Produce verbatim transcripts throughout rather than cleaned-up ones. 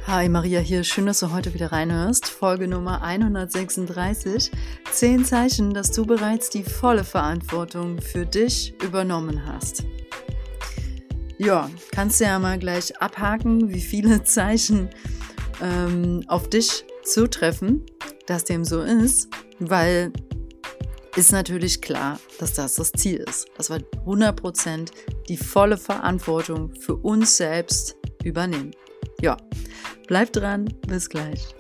Hi, Maria hier. Schön, dass du heute wieder reinhörst. Folge Nummer hundertsechsunddreißig. Zehn Zeichen, dass du bereits die volle Verantwortung für dich übernommen hast. Ja, kannst du ja mal gleich abhaken, wie viele Zeichen ähm, auf dich zutreffen, dass dem so ist, weil ist natürlich klar, dass das das Ziel ist, dass wir hundert Prozent die volle Verantwortung für uns selbst übernehmen. Ja, bleib dran, bis gleich.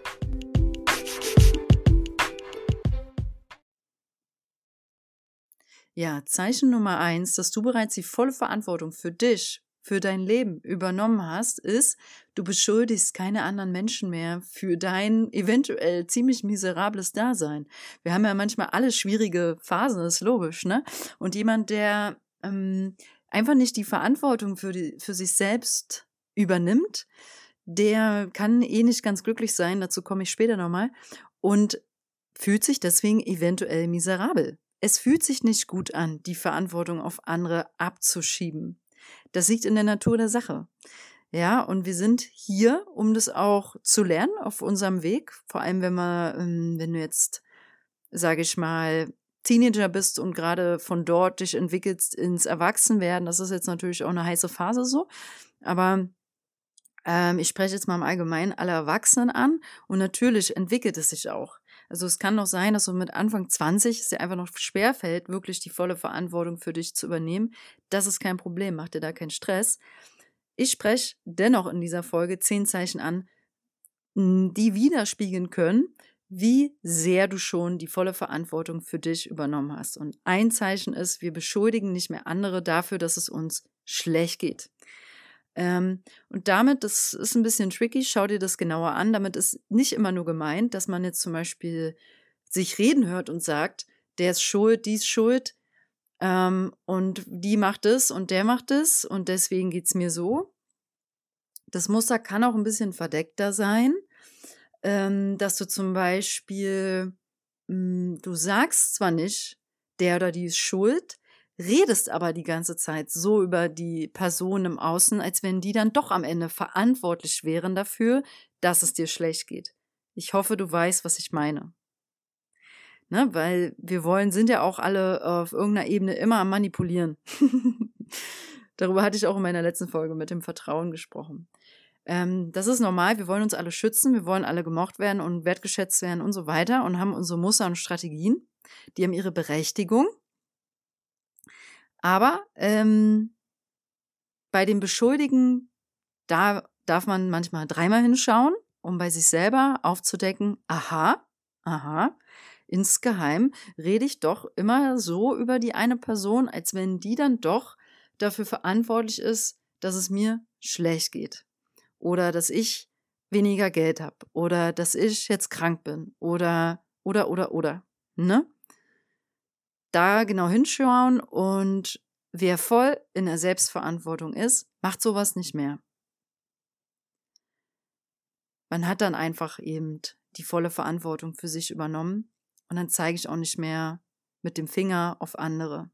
Ja, Zeichen Nummer eins, dass du bereits die volle Verantwortung für dich, für dein Leben übernommen hast, ist, du beschuldigst keine anderen Menschen mehr für dein eventuell ziemlich miserables Dasein. Wir haben ja manchmal alle schwierige Phasen, ist logisch, ne? Und jemand, der ähm, einfach nicht die Verantwortung für, die, für sich selbst übernimmt, der kann eh nicht ganz glücklich sein, dazu komme ich später nochmal, und fühlt sich deswegen eventuell miserabel. Es fühlt sich nicht gut an, die Verantwortung auf andere abzuschieben. Das liegt in der Natur der Sache. Ja, und wir sind hier, um das auch zu lernen auf unserem Weg. Vor allem, wenn man, wenn du jetzt, sage ich mal, Teenager bist und gerade von dort dich entwickelst ins Erwachsenwerden. Das ist jetzt natürlich auch eine heiße Phase so. Aber ähm, ich spreche jetzt mal im Allgemeinen alle Erwachsenen an. Und natürlich entwickelt es sich auch. Also es kann doch sein, dass du mit Anfang zwanzig es dir einfach noch schwerfällt, wirklich die volle Verantwortung für dich zu übernehmen. Das ist kein Problem, mach dir da keinen Stress. Ich spreche dennoch in dieser Folge zehn Zeichen an, die widerspiegeln können, wie sehr du schon die volle Verantwortung für dich übernommen hast. Und ein Zeichen ist, wir beschuldigen nicht mehr andere dafür, dass es uns schlecht geht. Ähm, und damit, das ist ein bisschen tricky, schau dir das genauer an, damit ist nicht immer nur gemeint, dass man jetzt zum Beispiel sich reden hört und sagt, der ist schuld, die ist schuld ähm, und die macht es und der macht es und deswegen geht's mir so. Das Muster kann auch ein bisschen verdeckter sein, ähm, dass du zum Beispiel, mh, du sagst zwar nicht, der oder die ist schuld, redest aber die ganze Zeit so über die Person im Außen, als wenn die dann doch am Ende verantwortlich wären dafür, dass es dir schlecht geht. Ich hoffe, du weißt, was ich meine. Ne? Weil wir wollen, sind ja auch alle auf irgendeiner Ebene immer am Manipulieren. Darüber hatte ich auch in meiner letzten Folge mit dem Vertrauen gesprochen. Ähm, das ist normal, wir wollen uns alle schützen, wir wollen alle gemocht werden und wertgeschätzt werden und so weiter und haben unsere Muster und Strategien, die haben ihre Berechtigung. Aber ähm, bei dem Beschuldigen, da darf man manchmal dreimal hinschauen, um bei sich selber aufzudecken, aha, aha, insgeheim rede ich doch immer so über die eine Person, als wenn die dann doch dafür verantwortlich ist, dass es mir schlecht geht. Oder dass ich weniger Geld habe. Oder dass ich jetzt krank bin. Oder, oder, oder, oder. Ne? Da genau hinschauen und wer voll in der Selbstverantwortung ist, macht sowas nicht mehr. Man hat dann einfach eben die volle Verantwortung für sich übernommen und dann zeige ich auch nicht mehr mit dem Finger auf andere.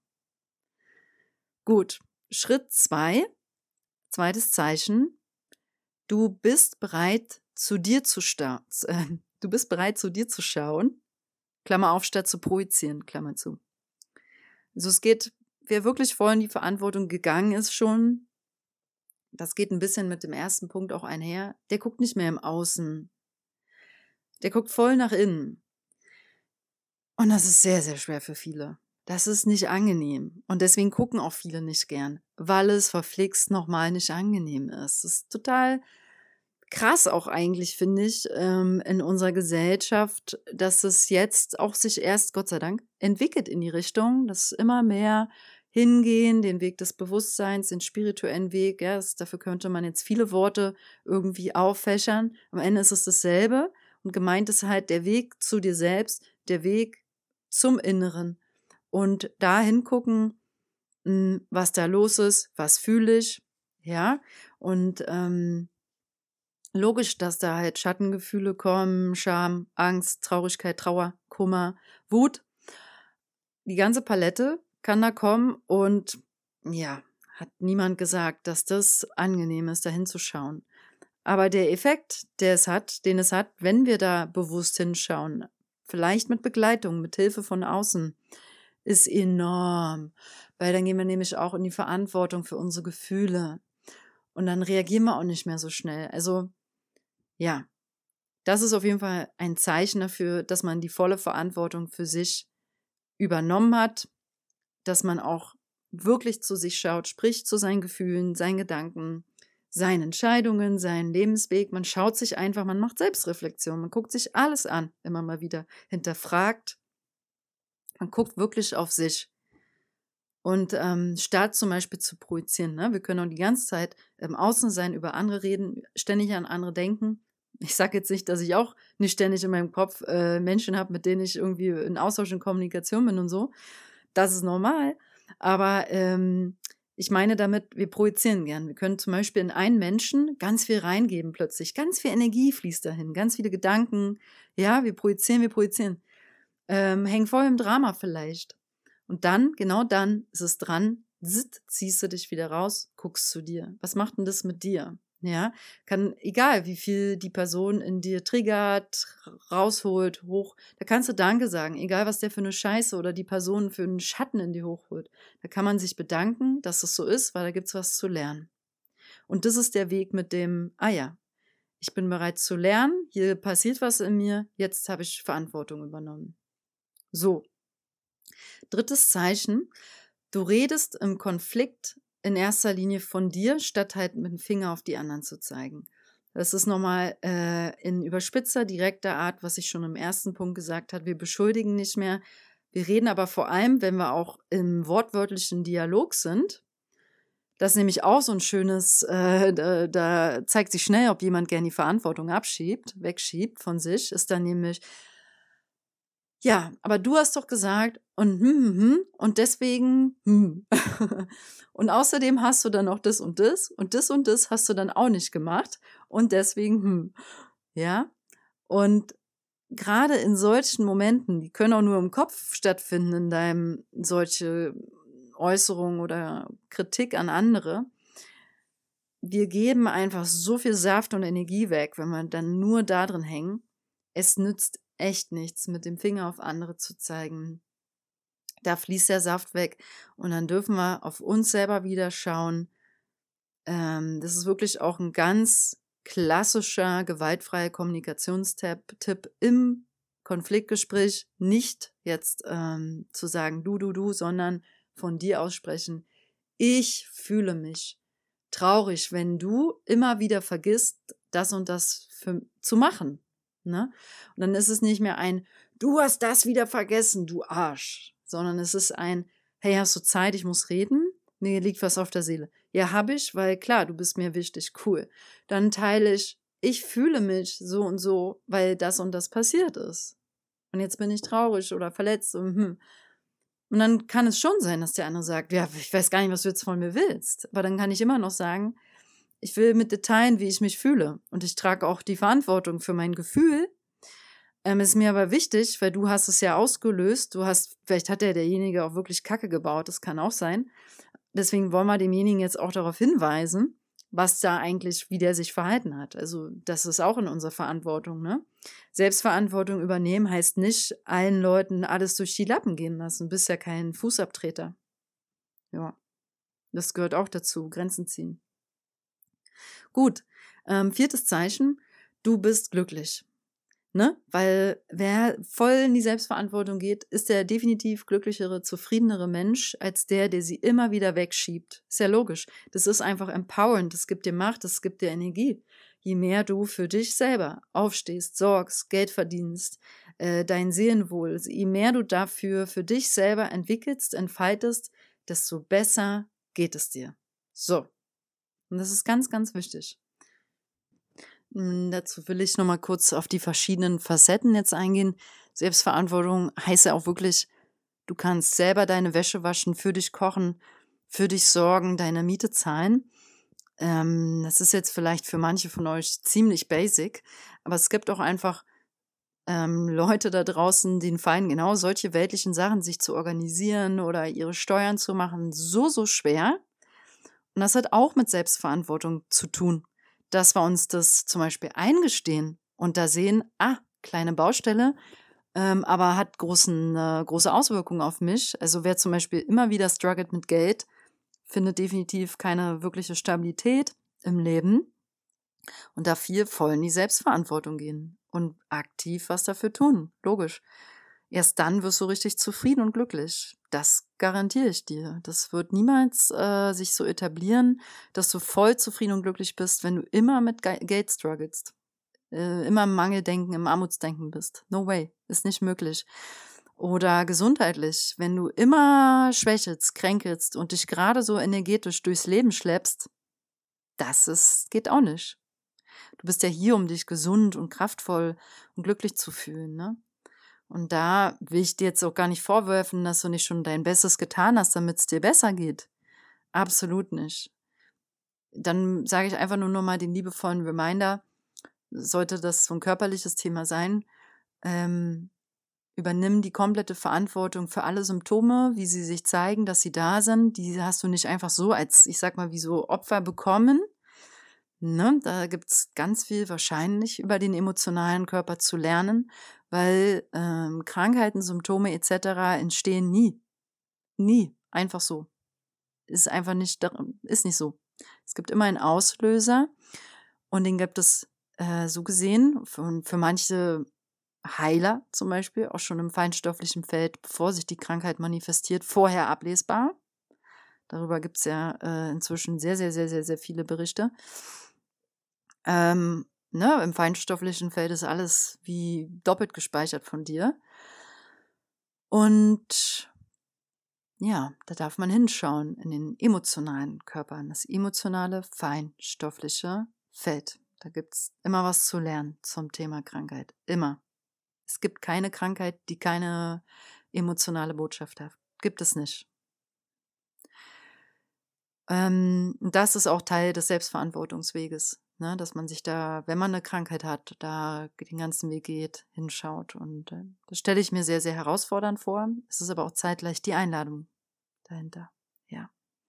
Gut, Schritt zwei, zweites Zeichen, du bist bereit zu dir zu starten. Äh, du bist bereit zu dir zu schauen, Klammer auf, statt zu projizieren, Klammer zu. Also es geht, wer wirklich voll in die Verantwortung gegangen ist schon, das geht ein bisschen mit dem ersten Punkt auch einher, der guckt nicht mehr im Außen. Der guckt voll nach innen. Und das ist sehr, sehr schwer für viele. Das ist nicht angenehm. Und deswegen gucken auch viele nicht gern, weil es verflixt nochmal nicht angenehm ist. Das ist total krass auch eigentlich, finde ich, ähm, in unserer Gesellschaft, dass es jetzt auch sich erst, Gott sei Dank, entwickelt in die Richtung, dass immer mehr hingehen, den Weg des Bewusstseins, den spirituellen Weg, ja, das, dafür könnte man jetzt viele Worte irgendwie auffächern. Am Ende ist es dasselbe und gemeint ist halt der Weg zu dir selbst, der Weg zum Inneren und da hingucken, mh, was da los ist, was fühle ich, ja, und ähm, logisch, dass da halt Schattengefühle kommen, Scham, Angst, Traurigkeit, Trauer, Kummer, Wut. Die ganze Palette kann da kommen und ja, hat niemand gesagt, dass das angenehm ist, da hinzuschauen. Aber der Effekt, der es hat, den es hat, wenn wir da bewusst hinschauen, vielleicht mit Begleitung, mit Hilfe von außen, ist enorm. Weil dann gehen wir nämlich auch in die Verantwortung für unsere Gefühle. Und dann reagieren wir auch nicht mehr so schnell. Also, ja, das ist auf jeden Fall ein Zeichen dafür, dass man die volle Verantwortung für sich übernommen hat, dass man auch wirklich zu sich schaut, sprich zu seinen Gefühlen, seinen Gedanken, seinen Entscheidungen, seinen Lebensweg. Man schaut sich einfach, man macht Selbstreflexion, man guckt sich alles an, immer mal wieder hinterfragt. Man guckt wirklich auf sich. Und ähm, statt zum Beispiel zu projizieren, ne? Wir können auch die ganze Zeit im Außen sein, über andere reden, ständig an andere denken. Ich sage jetzt nicht, dass ich auch nicht ständig in meinem Kopf äh, Menschen habe, mit denen ich irgendwie in Austausch und Kommunikation bin und so. Das ist normal. Aber ähm, ich meine damit, wir projizieren gern. Wir können zum Beispiel in einen Menschen ganz viel reingeben plötzlich. Ganz viel Energie fließt dahin, ganz viele Gedanken. Ja, wir projizieren, wir projizieren. Ähm, hängen voll im Drama vielleicht. Und dann, genau dann, ist es dran, zitt, ziehst du dich wieder raus, guckst zu dir. Was macht denn das mit dir? Ja, kann, egal wie viel die Person in dir triggert, rausholt, hoch, da kannst du Danke sagen, egal was der für eine Scheiße oder die Person für einen Schatten in dir hochholt. Da kann man sich bedanken, dass es so ist, weil da gibt's was zu lernen. Und das ist der Weg mit dem, ah ja, ich bin bereit zu lernen, hier passiert was in mir, jetzt habe ich Verantwortung übernommen. So. Drittes Zeichen, du redest im Konflikt in erster Linie von dir, statt halt mit dem Finger auf die anderen zu zeigen. Das ist nochmal äh, in überspitzter, direkter Art, was ich schon im ersten Punkt gesagt habe. Wir beschuldigen nicht mehr. Wir reden aber vor allem, wenn wir auch im wortwörtlichen Dialog sind. Das ist nämlich auch so ein schönes, äh, da, da zeigt sich schnell, ob jemand gerne die Verantwortung abschiebt, wegschiebt von sich, ist dann nämlich, ja, aber du hast doch gesagt und hm, hm, hm, und deswegen hm. Und außerdem hast du dann noch das und das und das und das hast du dann auch nicht gemacht und deswegen hm. Ja, und gerade in solchen Momenten, die können auch nur im Kopf stattfinden, in deinem solche Äußerungen oder Kritik an andere, wir geben einfach so viel Saft und Energie weg, wenn wir dann nur da drin hängen. Es nützt echt nichts, mit dem Finger auf andere zu zeigen. Da fließt der Saft weg und dann dürfen wir auf uns selber wieder schauen. Ähm, das ist wirklich auch ein ganz klassischer, gewaltfreier Kommunikationstipp Tipp im Konfliktgespräch. Nicht jetzt ähm, zu sagen, du, du, du, sondern von dir aussprechen. Ich fühle mich traurig, wenn du immer wieder vergisst, das und das für, zu machen. Ne? Und dann ist es nicht mehr ein, du hast das wieder vergessen, du Arsch, sondern es ist ein, hey, hast du Zeit, ich muss reden? Mir liegt was auf der Seele. Ja, hab ich, weil klar, du bist mir wichtig, cool. Dann teile ich, ich fühle mich so und so, weil das und das passiert ist. Und jetzt bin ich traurig oder verletzt und hm. Und dann kann es schon sein, dass der andere sagt, ja, ich weiß gar nicht, was du jetzt von mir willst. Aber dann kann ich immer noch sagen, ich will mit dir teilen, wie ich mich fühle. Und ich trage auch die Verantwortung für mein Gefühl. Ähm, ist mir aber wichtig, weil du hast es ja ausgelöst. Du hast, vielleicht hat der derjenige auch wirklich Kacke gebaut. Das kann auch sein. Deswegen wollen wir demjenigen jetzt auch darauf hinweisen, was da eigentlich, wie der sich verhalten hat. Also das ist auch in unserer Verantwortung, ne? Selbstverantwortung übernehmen heißt nicht, allen Leuten alles durch die Lappen gehen lassen. Du bist ja kein Fußabtreter. Ja, das gehört auch dazu, Grenzen ziehen. Gut, ähm, viertes Zeichen, du bist glücklich. Ne? Weil wer voll in die Selbstverantwortung geht, ist der definitiv glücklichere, zufriedenere Mensch als der, der sie immer wieder wegschiebt. Ist ja logisch. Das ist einfach empowernd. Das gibt dir Macht, das gibt dir Energie. Je mehr du für dich selber aufstehst, sorgst, Geld verdienst, äh, dein Seelenwohl, je mehr du dafür für dich selber entwickelst, entfaltest, desto besser geht es dir. So. Und das ist ganz, ganz wichtig. Dazu will ich nochmal kurz auf die verschiedenen Facetten jetzt eingehen. Selbstverantwortung heißt ja auch wirklich, du kannst selber deine Wäsche waschen, für dich kochen, für dich sorgen, deine Miete zahlen. Ähm, das ist jetzt vielleicht für manche von euch ziemlich basic, aber es gibt auch einfach ähm, Leute da draußen, denen fallen genau solche weltlichen Sachen, sich zu organisieren oder ihre Steuern zu machen, so, so schwer. Und das hat auch mit Selbstverantwortung zu tun. dass wir uns das zum Beispiel eingestehen und da sehen, ah, kleine Baustelle, ähm, aber hat großen, äh, große Auswirkungen auf mich. Also wer zum Beispiel immer wieder struggelt mit Geld, findet definitiv keine wirkliche Stabilität im Leben und darf hier voll in die Selbstverantwortung gehen und aktiv was dafür tun. Logisch. Erst dann wirst du richtig zufrieden und glücklich. Das garantiere ich dir. Das wird niemals äh, sich so etablieren, dass du voll zufrieden und glücklich bist, wenn du immer mit Ge Geld strugglest. Äh, immer im Mangeldenken, im Armutsdenken bist. No way. Ist nicht möglich. Oder gesundheitlich, wenn du immer schwächelst, kränkelst und dich gerade so energetisch durchs Leben schleppst, das ist, geht auch nicht. Du bist ja hier, um dich gesund und kraftvoll und glücklich zu fühlen, ne? Und da will ich dir jetzt auch gar nicht vorwerfen, dass du nicht schon dein Bestes getan hast, damit es dir besser geht. Absolut nicht. Dann sage ich einfach nur noch mal den liebevollen Reminder, sollte das so ein körperliches Thema sein, ähm, übernimm die komplette Verantwortung für alle Symptome, wie sie sich zeigen, dass sie da sind. Die hast du nicht einfach so als, ich sag mal, wie so Opfer bekommen. Ne? Da gibt's ganz viel wahrscheinlich über den emotionalen Körper zu lernen, weil ähm, Krankheiten, Symptome et cetera entstehen nie. Nie. Einfach so. Ist einfach nicht, ist nicht so. Es gibt immer einen Auslöser und den gibt es äh, so gesehen für, für manche Heiler zum Beispiel, auch schon im feinstofflichen Feld, bevor sich die Krankheit manifestiert, vorher ablesbar. Darüber gibt es ja äh, inzwischen sehr, sehr, sehr, sehr, sehr viele Berichte. Ähm, ne, im feinstofflichen Feld ist alles wie doppelt gespeichert von dir. Und ja, da darf man hinschauen in den emotionalen Körpern, das emotionale, feinstoffliche Feld. Da gibt es immer was zu lernen zum Thema Krankheit. Immer. Es gibt keine Krankheit, die keine emotionale Botschaft hat. Gibt es nicht. Ähm, das ist auch Teil des Selbstverantwortungsweges, ne? Dass man sich da, wenn man eine Krankheit hat, da den ganzen Weg geht, hinschaut. Und äh, das stelle ich mir sehr, sehr herausfordernd vor. Es ist aber auch zeitgleich die Einladung dahinter. Ja.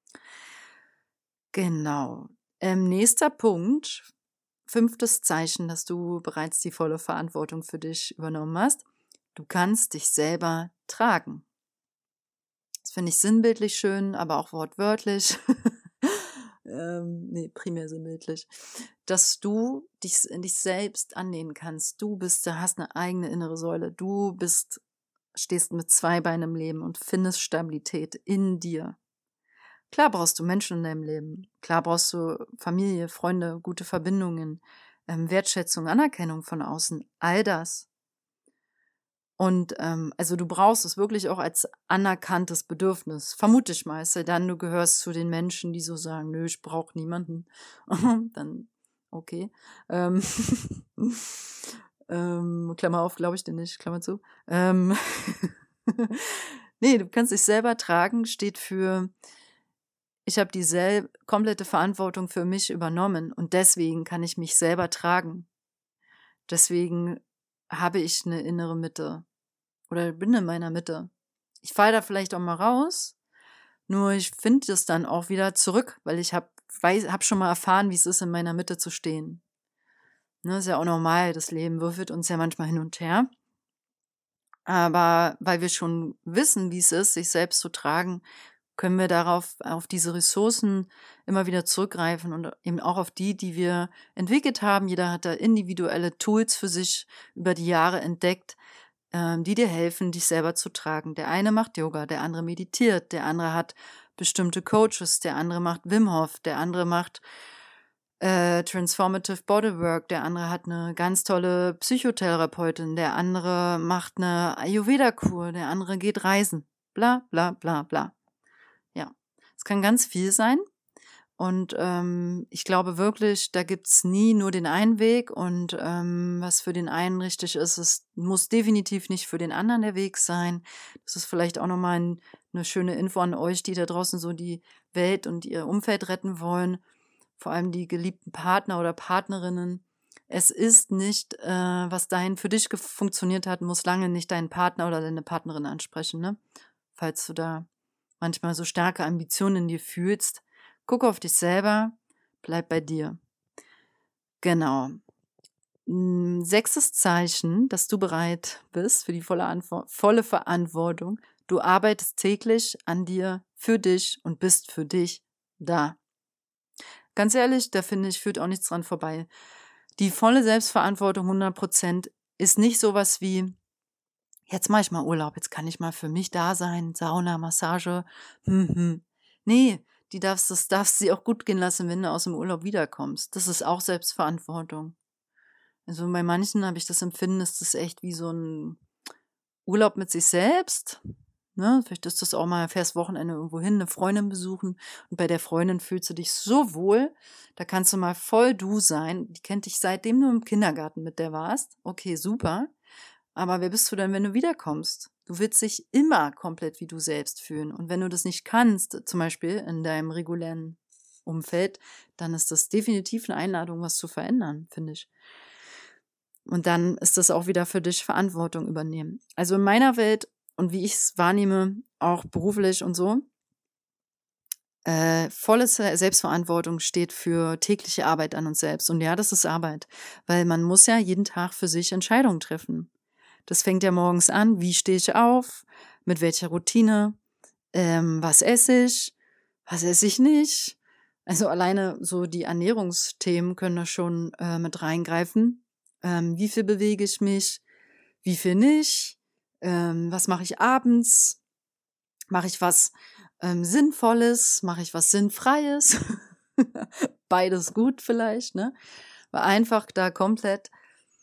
Genau. Ähm, nächster Punkt, fünftes Zeichen, dass du bereits die volle Verantwortung für dich übernommen hast. Du kannst dich selber tragen. Das finde ich sinnbildlich schön, aber auch wortwörtlich. ähm, nee, primär sinnbildlich. Dass du dich in dich selbst annehmen kannst. Du bist, du hast eine eigene innere Säule. Du bist, stehst mit zwei Beinen im Leben und findest Stabilität in dir. Klar brauchst du Menschen in deinem Leben. Klar brauchst du Familie, Freunde, gute Verbindungen, ähm, Wertschätzung, Anerkennung von außen. All das. Und ähm, also du brauchst es wirklich auch als anerkanntes Bedürfnis. Vermute ich mal. Es sei dann, du gehörst zu den Menschen, die so sagen, nö, ich brauche niemanden. Dann, okay. Ähm, ähm, Klammer auf, glaube ich dir nicht, Klammer zu. Ähm, nee, du kannst dich selber tragen, steht für, ich habe die sel- komplette Verantwortung für mich übernommen und deswegen kann ich mich selber tragen. Deswegen habe ich eine innere Mitte. Oder bin in meiner Mitte. Ich falle da vielleicht auch mal raus, nur ich finde es dann auch wieder zurück, weil ich habe hab schon mal erfahren, wie es ist, in meiner Mitte zu stehen. Ne, ist ja auch normal, das Leben würfelt uns ja manchmal hin und her. Aber weil wir schon wissen, wie es ist, sich selbst zu tragen, können wir darauf, auf diese Ressourcen immer wieder zurückgreifen und eben auch auf die, die wir entwickelt haben. Jeder hat da individuelle Tools für sich über die Jahre entdeckt, die dir helfen, dich selber zu tragen. Der eine macht Yoga, der andere meditiert, der andere hat bestimmte Coaches, der andere macht Wim Hof, der andere macht äh, Transformative Bodywork, der andere hat eine ganz tolle Psychotherapeutin, der andere macht eine Ayurveda-Kur, der andere geht reisen. Bla, bla, bla, bla. Ja, es kann ganz viel sein. Und ähm, ich glaube wirklich, da gibt's nie nur den einen Weg und ähm, was für den einen richtig ist, es muss definitiv nicht für den anderen der Weg sein. Das ist vielleicht auch nochmal ein, eine schöne Info an euch, die da draußen so die Welt und ihr Umfeld retten wollen, vor allem die geliebten Partner oder Partnerinnen. Es ist nicht, äh, was dahin für dich funktioniert hat, muss lange nicht deinen Partner oder deine Partnerin ansprechen, ne? Falls du da manchmal so starke Ambitionen in dir fühlst, guck auf dich selber, bleib bei dir. Genau. Mm, Sechstes Zeichen, dass du bereit bist für die volle, Antwo- volle Verantwortung. Du arbeitest täglich an dir, für dich und bist für dich da. Ganz ehrlich, da finde ich, führt auch nichts dran vorbei. Die volle Selbstverantwortung, hundert Prozent, ist nicht sowas wie, jetzt mache ich mal Urlaub, jetzt kann ich mal für mich da sein, Sauna, Massage, hm, hm. Nee, die darfst, das darfst du dir auch gut gehen lassen, wenn du aus dem Urlaub wiederkommst. Das ist auch Selbstverantwortung. Also bei manchen habe ich das Empfinden, ist das echt wie so ein Urlaub mit sich selbst. Ne? Vielleicht ist das auch mal, fährst Wochenende irgendwo hin, eine Freundin besuchen und bei der Freundin fühlst du dich so wohl, da kannst du mal voll du sein. Die kennt dich seitdem du im Kindergarten mit der warst. Okay, super. Aber wer bist du denn, wenn du wiederkommst? Du willst dich immer komplett wie du selbst fühlen. Und wenn du das nicht kannst, zum Beispiel in deinem regulären Umfeld, dann ist das definitiv eine Einladung, was zu verändern, finde ich. Und dann ist das auch wieder für dich Verantwortung übernehmen. Also in meiner Welt und wie ich es wahrnehme, auch beruflich und so, äh, volle Se- Selbstverantwortung steht für tägliche Arbeit an uns selbst. Und ja, das ist Arbeit, weil man muss ja jeden Tag für sich Entscheidungen treffen. Das fängt ja morgens an, wie stehe ich auf, mit welcher Routine, ähm, was esse ich, was esse ich nicht. Also alleine so die Ernährungsthemen können da schon äh, mit reingreifen. Ähm, wie viel bewege ich mich, wie viel nicht, ähm, was mache ich abends, mache ich was ähm, Sinnvolles, mache ich was Sinnfreies, beides gut vielleicht, ne? Weil einfach da komplett,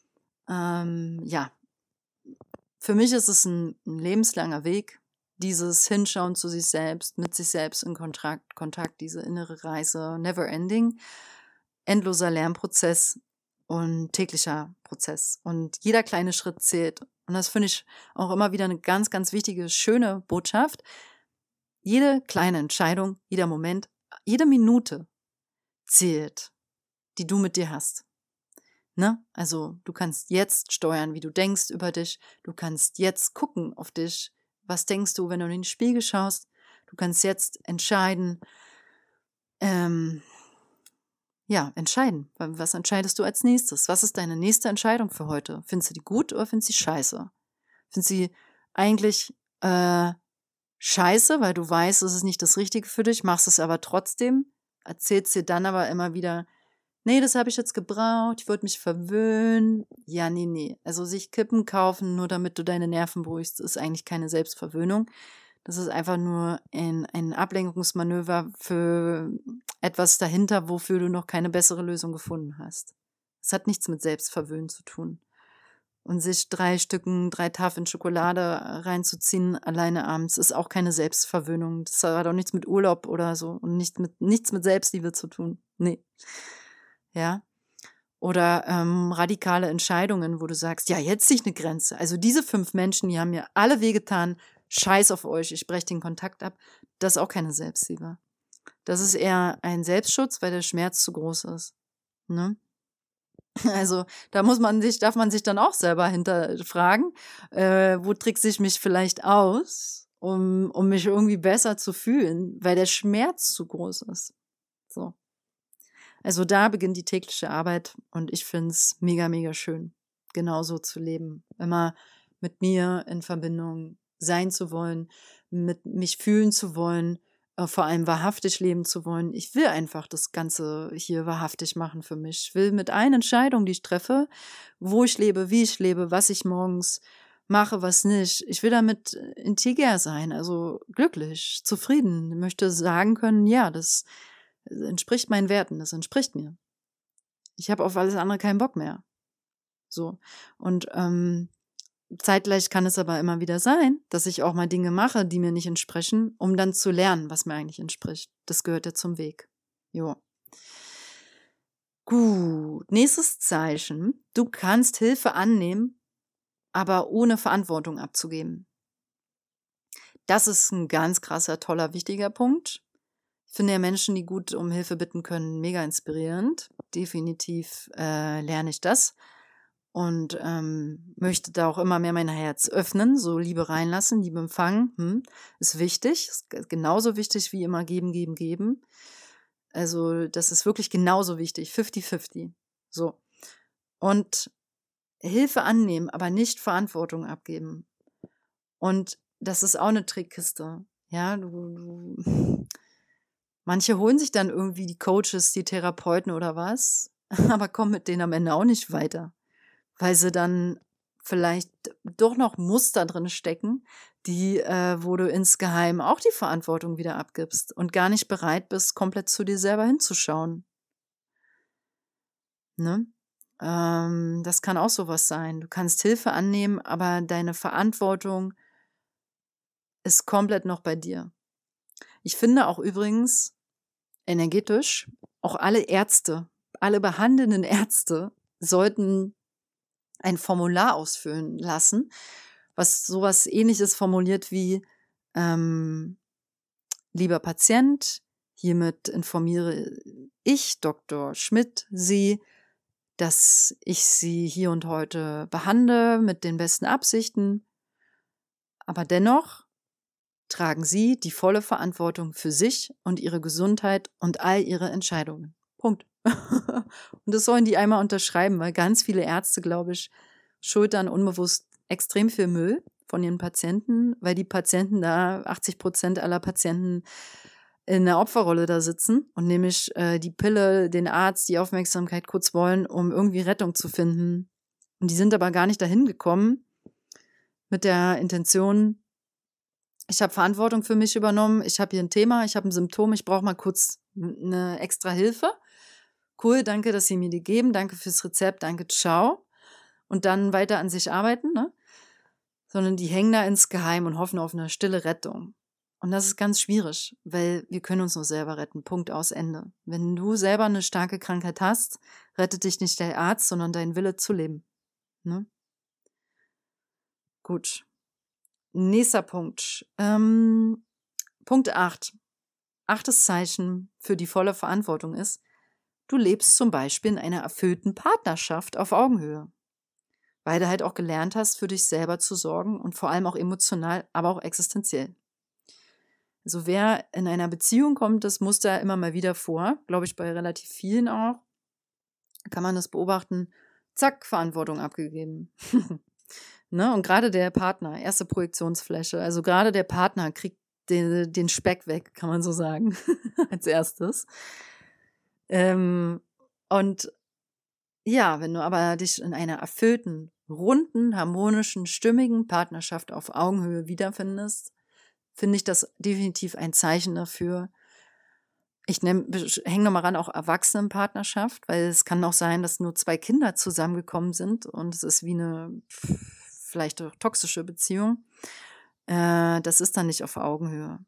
ähm, ja, für mich ist es ein, ein lebenslanger Weg, dieses Hinschauen zu sich selbst, mit sich selbst in Kontakt, Kontakt, diese innere Reise, never ending, endloser Lernprozess und täglicher Prozess. Und jeder kleine Schritt zählt. Und das finde ich auch immer wieder eine ganz, ganz wichtige, schöne Botschaft. Jede kleine Entscheidung, jeder Moment, jede Minute zählt, die du mit dir hast. Ne? Also du kannst jetzt steuern, wie du denkst über dich. Du kannst jetzt gucken auf dich. Was denkst du, wenn du in den Spiegel schaust? Du kannst jetzt entscheiden, ähm, ja, entscheiden. Was entscheidest du als nächstes? Was ist deine nächste Entscheidung für heute? Findest du die gut oder findest du sie scheiße? Findest du sie eigentlich äh, scheiße, weil du weißt, es ist nicht das Richtige für dich, machst es aber trotzdem, erzählst dir dann aber immer wieder, nee, das habe ich jetzt gebraucht, ich wollte mich verwöhnen. Ja, nee, nee. Also sich Kippen kaufen, nur damit du deine Nerven beruhigst, ist eigentlich keine Selbstverwöhnung. Das ist einfach nur ein, ein Ablenkungsmanöver für etwas dahinter, wofür du noch keine bessere Lösung gefunden hast. Es hat nichts mit Selbstverwöhnen zu tun. Und sich drei Stücken, drei Tafeln Schokolade reinzuziehen, alleine abends, ist auch keine Selbstverwöhnung. Das hat auch nichts mit Urlaub oder so und nicht mit, nichts mit Selbstliebe zu tun. Nee. Ja. Oder ähm, radikale Entscheidungen, wo du sagst, ja, jetzt ziehe ich eine Grenze. Also diese fünf Menschen, die haben mir alle wehgetan, scheiß auf euch, ich breche den Kontakt ab. Das ist auch keine Selbstliebe. Das ist eher ein Selbstschutz, weil der Schmerz zu groß ist. Ne? Also da muss man sich, darf man sich dann auch selber hinterfragen, äh, wo trickse ich mich vielleicht aus, um, um mich irgendwie besser zu fühlen, weil der Schmerz zu groß ist. So. Also da beginnt die tägliche Arbeit und ich finde es mega, mega schön, genauso zu leben. Immer mit mir in Verbindung sein zu wollen, mit mich fühlen zu wollen, äh, vor allem wahrhaftig leben zu wollen. Ich will einfach das Ganze hier wahrhaftig machen für mich. Ich will mit allen Entscheidungen, die ich treffe, wo ich lebe, wie ich lebe, was ich morgens mache, was nicht. Ich will damit integer sein, also glücklich, zufrieden. Ich möchte sagen können, ja, das entspricht meinen Werten, das entspricht mir. Ich habe auf alles andere keinen Bock mehr. So. Und ähm, zeitgleich kann es aber immer wieder sein, dass ich auch mal Dinge mache, die mir nicht entsprechen, um dann zu lernen, was mir eigentlich entspricht. Das gehört ja zum Weg. Jo. Gut. Nächstes Zeichen. Du kannst Hilfe annehmen, aber ohne Verantwortung abzugeben. Das ist ein ganz krasser, toller, wichtiger Punkt. Ich finde ja Menschen, die gut um Hilfe bitten können, mega inspirierend. Definitiv äh, lerne ich das und ähm, möchte da auch immer mehr mein Herz öffnen, so Liebe reinlassen, Liebe empfangen, hm, ist wichtig, ist genauso wichtig wie immer geben, geben, geben. Also das ist wirklich genauso wichtig, fifty fifty. So. Und Hilfe annehmen, aber nicht Verantwortung abgeben. Und das ist auch eine Trickkiste. Ja, du, du manche holen sich dann irgendwie die Coaches, die Therapeuten oder was, aber kommen mit denen am Ende auch nicht weiter, weil sie dann vielleicht doch noch Muster drin stecken, die, äh, wo du insgeheim auch die Verantwortung wieder abgibst und gar nicht bereit bist, komplett zu dir selber hinzuschauen. Ne? Ähm, das kann auch sowas sein. Du kannst Hilfe annehmen, aber deine Verantwortung ist komplett noch bei dir. Ich finde auch übrigens energetisch, auch alle Ärzte, alle behandelnden Ärzte sollten ein Formular ausfüllen lassen, was sowas Ähnliches formuliert wie, ähm, lieber Patient, hiermit informiere ich, Doktor Schmidt, Sie, dass ich Sie hier und heute behandle mit den besten Absichten, aber dennoch tragen Sie die volle Verantwortung für sich und Ihre Gesundheit und all Ihre Entscheidungen. Punkt. Und das sollen die einmal unterschreiben, weil ganz viele Ärzte, glaube ich, schultern unbewusst extrem viel Müll von ihren Patienten, weil die Patienten da, achtzig Prozent aller Patienten in der Opferrolle da sitzen und nämlich äh, die Pille, den Arzt, die Aufmerksamkeit kurz wollen, um irgendwie Rettung zu finden. Und die sind aber gar nicht dahin gekommen mit der Intention, ich habe Verantwortung für mich übernommen, ich habe hier ein Thema, ich habe ein Symptom, ich brauche mal kurz eine extra Hilfe. Cool, danke, dass Sie mir die geben, danke fürs Rezept, danke, ciao. Und dann weiter an sich arbeiten, ne? Sondern die hängen da insgeheim und hoffen auf eine stille Rettung. Und das ist ganz schwierig, weil wir können uns nur selber retten. Punkt, aus, Ende. Wenn du selber eine starke Krankheit hast, rettet dich nicht der Arzt, sondern dein Wille zu leben. Ne? Gut. Nächster Punkt. Ähm, Punkt acht. Achtes Zeichen für die volle Verantwortung ist, du lebst zum Beispiel in einer erfüllten Partnerschaft auf Augenhöhe. Weil du halt auch gelernt hast, für dich selber zu sorgen und vor allem auch emotional, aber auch existenziell. Also wer in einer Beziehung kommt, das Muster immer mal wieder vor, glaube ich bei relativ vielen auch, kann man das beobachten, zack, Verantwortung abgegeben. Ne? Und gerade der Partner, erste Projektionsfläche, also gerade der Partner kriegt den, den Speck weg, kann man so sagen, als erstes. Ähm, und ja, wenn du aber dich in einer erfüllten, runden, harmonischen, stimmigen Partnerschaft auf Augenhöhe wiederfindest, finde ich das definitiv ein Zeichen dafür. Ich hänge nochmal ran, auch Erwachsenenpartnerschaft, weil es kann auch sein, dass nur zwei Kinder zusammengekommen sind und es ist wie eine vielleicht auch toxische Beziehung. Äh, das ist dann nicht auf Augenhöhe.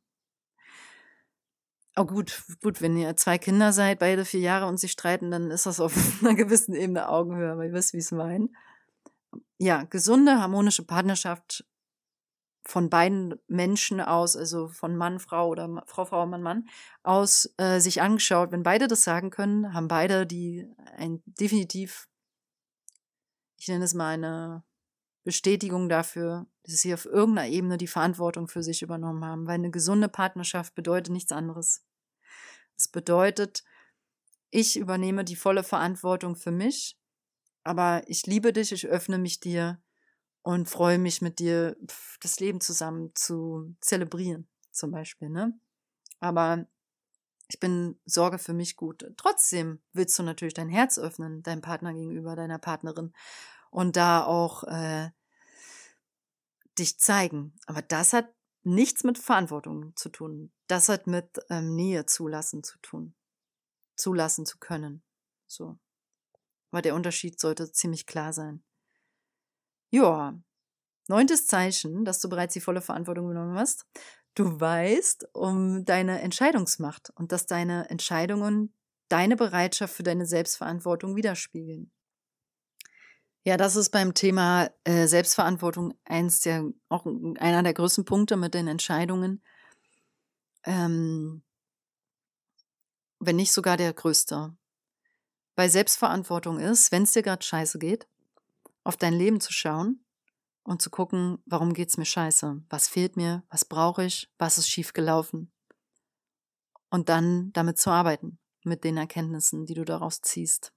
Oh gut, gut, wenn ihr zwei Kinder seid, beide vier Jahre und sich streiten, dann ist das auf einer gewissen Ebene Augenhöhe, aber ihr wisst, wie ich es meine. Ja, gesunde, harmonische Partnerschaft von beiden Menschen aus, also von Mann, Frau oder Frau, Frau, Mann, Mann, aus äh, sich angeschaut. Wenn beide das sagen können, haben beide die ein definitiv, ich nenne es mal eine Bestätigung dafür, dass sie auf irgendeiner Ebene die Verantwortung für sich übernommen haben. Weil eine gesunde Partnerschaft bedeutet nichts anderes. Es bedeutet, ich übernehme die volle Verantwortung für mich, aber ich liebe dich, ich öffne mich dir und freue mich mit dir, das Leben zusammen zu zelebrieren, zum Beispiel, ne? Aber ich bin Sorge für mich gut. Trotzdem willst du natürlich dein Herz öffnen, deinem Partner gegenüber, deiner Partnerin und da auch äh, dich zeigen. Aber das hat nichts mit Verantwortung zu tun. Das hat mit ähm, Nähe zulassen zu tun. Zulassen zu können. So. Aber der Unterschied sollte ziemlich klar sein. Ja, neuntes Zeichen, dass du bereits die volle Verantwortung genommen hast. Du weißt um deine Entscheidungsmacht und dass deine Entscheidungen deine Bereitschaft für deine Selbstverantwortung widerspiegeln. Ja, das ist beim Thema äh, Selbstverantwortung eins der, auch einer der größten Punkte mit den Entscheidungen. Ähm, wenn nicht sogar der größte. Weil Selbstverantwortung ist, wenn es dir gerade scheiße geht, auf dein Leben zu schauen und zu gucken, warum geht's mir scheiße? Was fehlt mir? Was brauche ich? Was ist schief gelaufen? Und dann damit zu arbeiten, mit den Erkenntnissen, die du daraus ziehst.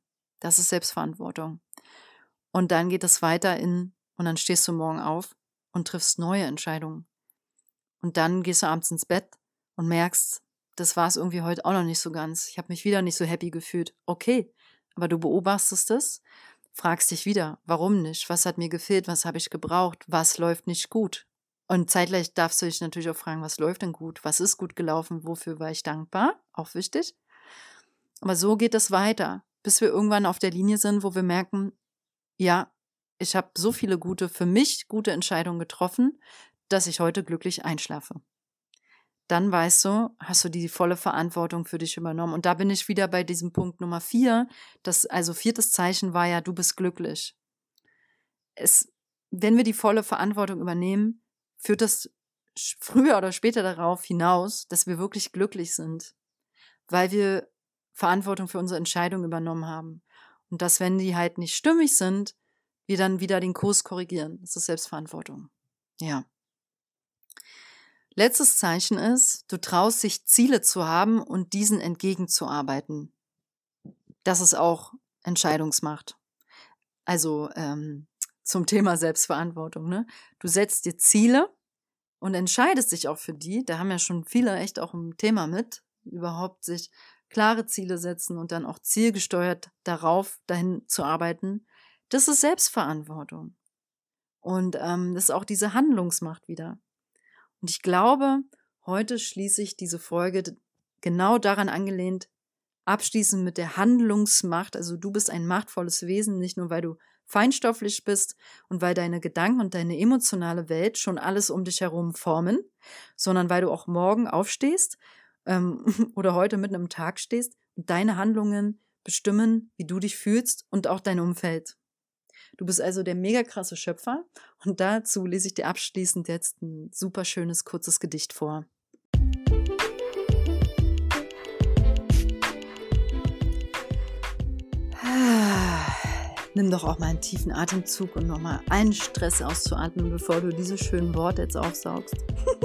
Das ist Selbstverantwortung. Und dann geht es weiter in, und dann stehst du morgen auf und triffst neue Entscheidungen. Und dann gehst du abends ins Bett und merkst, das war es irgendwie heute auch noch nicht so ganz. Ich habe mich wieder nicht so happy gefühlt. Okay, aber du beobachtest es, fragst dich wieder, warum nicht? Was hat mir gefehlt? Was habe ich gebraucht? Was läuft nicht gut? Und zeitgleich darfst du dich natürlich auch fragen, was läuft denn gut? Was ist gut gelaufen? Wofür war ich dankbar? Auch wichtig. Aber so geht es weiter, bis wir irgendwann auf der Linie sind, wo wir merken, ja, ich habe so viele gute, für mich gute Entscheidungen getroffen, dass ich heute glücklich einschlafe. Dann weißt du, hast du die volle Verantwortung für dich übernommen. Und da bin ich wieder bei diesem Punkt Nummer vier. Das, also viertes Zeichen war ja, du bist glücklich. Es, wenn wir die volle Verantwortung übernehmen, führt das früher oder später darauf hinaus, dass wir wirklich glücklich sind, weil wir Verantwortung für unsere Entscheidung übernommen haben. Und dass, wenn die halt nicht stimmig sind, wir dann wieder den Kurs korrigieren. Das ist Selbstverantwortung. Ja. Letztes Zeichen ist, du traust dich, Ziele zu haben und diesen entgegenzuarbeiten. Das ist auch Entscheidungsmacht. Also ähm, zum Thema Selbstverantwortung. Ne? Du setzt dir Ziele und entscheidest dich auch für die. Da haben ja schon viele echt auch ein Thema mit, überhaupt sich klare Ziele setzen und dann auch zielgesteuert darauf, dahin zu arbeiten. Das ist Selbstverantwortung. Und ähm, das ist auch diese Handlungsmacht wieder. Und ich glaube, heute schließe ich diese Folge genau daran angelehnt, abschließend mit der Handlungsmacht. Also du bist ein machtvolles Wesen, nicht nur weil du feinstofflich bist und weil deine Gedanken und deine emotionale Welt schon alles um dich herum formen, sondern weil du auch morgen aufstehst ähm, oder heute mitten im Tag stehst und deine Handlungen bestimmen, wie du dich fühlst und auch dein Umfeld. Du bist also der mega krasse Schöpfer und dazu lese ich dir abschließend jetzt ein super schönes, kurzes Gedicht vor. Nimm doch auch mal einen tiefen Atemzug und nochmal allen Stress auszuatmen, bevor du diese schönen Worte jetzt aufsaugst.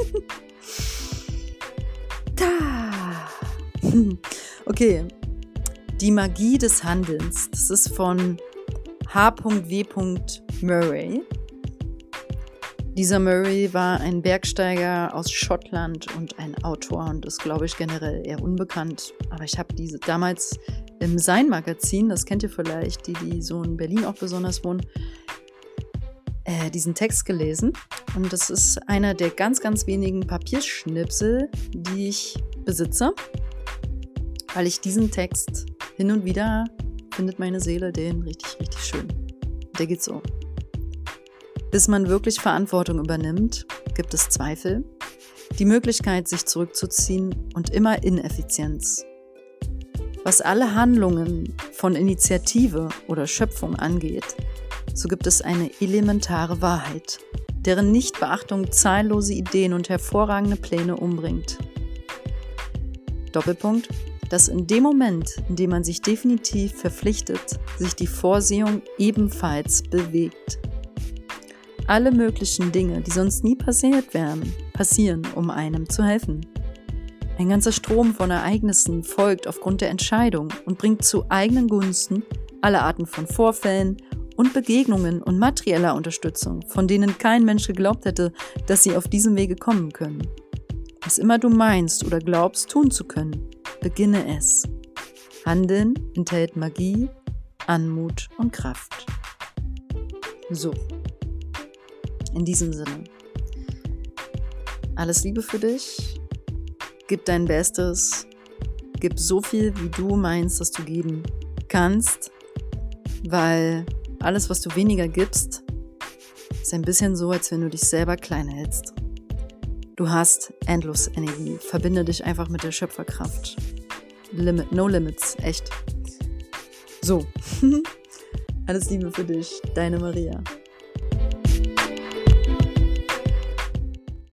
Okay, die Magie des Handelns, das ist von H W Murray. Dieser Murray war ein Bergsteiger aus Schottland und ein Autor und ist, glaube ich, generell eher unbekannt. Aber ich habe diese damals im Sein-Magazin, das kennt ihr vielleicht, die, die so in Berlin auch besonders wohnen, äh, diesen Text gelesen. Und das ist einer der ganz, ganz wenigen Papierschnipsel, die ich besitze, weil ich diesen Text hin und wieder findet meine Seele den richtig, richtig schön. Der geht so. Bis man wirklich Verantwortung übernimmt, gibt es Zweifel, die Möglichkeit, sich zurückzuziehen und immer Ineffizienz. Was alle Handlungen von Initiative oder Schöpfung angeht, so gibt es eine elementare Wahrheit, deren Nichtbeachtung zahllose Ideen und hervorragende Pläne umbringt. Doppelpunkt, dass in dem Moment, in dem man sich definitiv verpflichtet, sich die Vorsehung ebenfalls bewegt. Alle möglichen Dinge, die sonst nie passiert wären, passieren, um einem zu helfen. Ein ganzer Strom von Ereignissen folgt aufgrund der Entscheidung und bringt zu eigenen Gunsten alle Arten von Vorfällen und Begegnungen und materieller Unterstützung, von denen kein Mensch geglaubt hätte, dass sie auf diesem Wege kommen können. Was immer du meinst oder glaubst tun zu können, beginne es. Handeln enthält Magie, Anmut und Kraft. So, in diesem Sinne. Alles Liebe für dich. Gib dein Bestes. Gib so viel, wie du meinst, dass du geben kannst, weil alles, was du weniger gibst, ist ein bisschen so, als wenn du dich selber klein hältst. Du hast endlos Energie. Verbinde dich einfach mit der Schöpferkraft. Limit, no limits, echt. So. Alles Liebe für dich, deine Maria.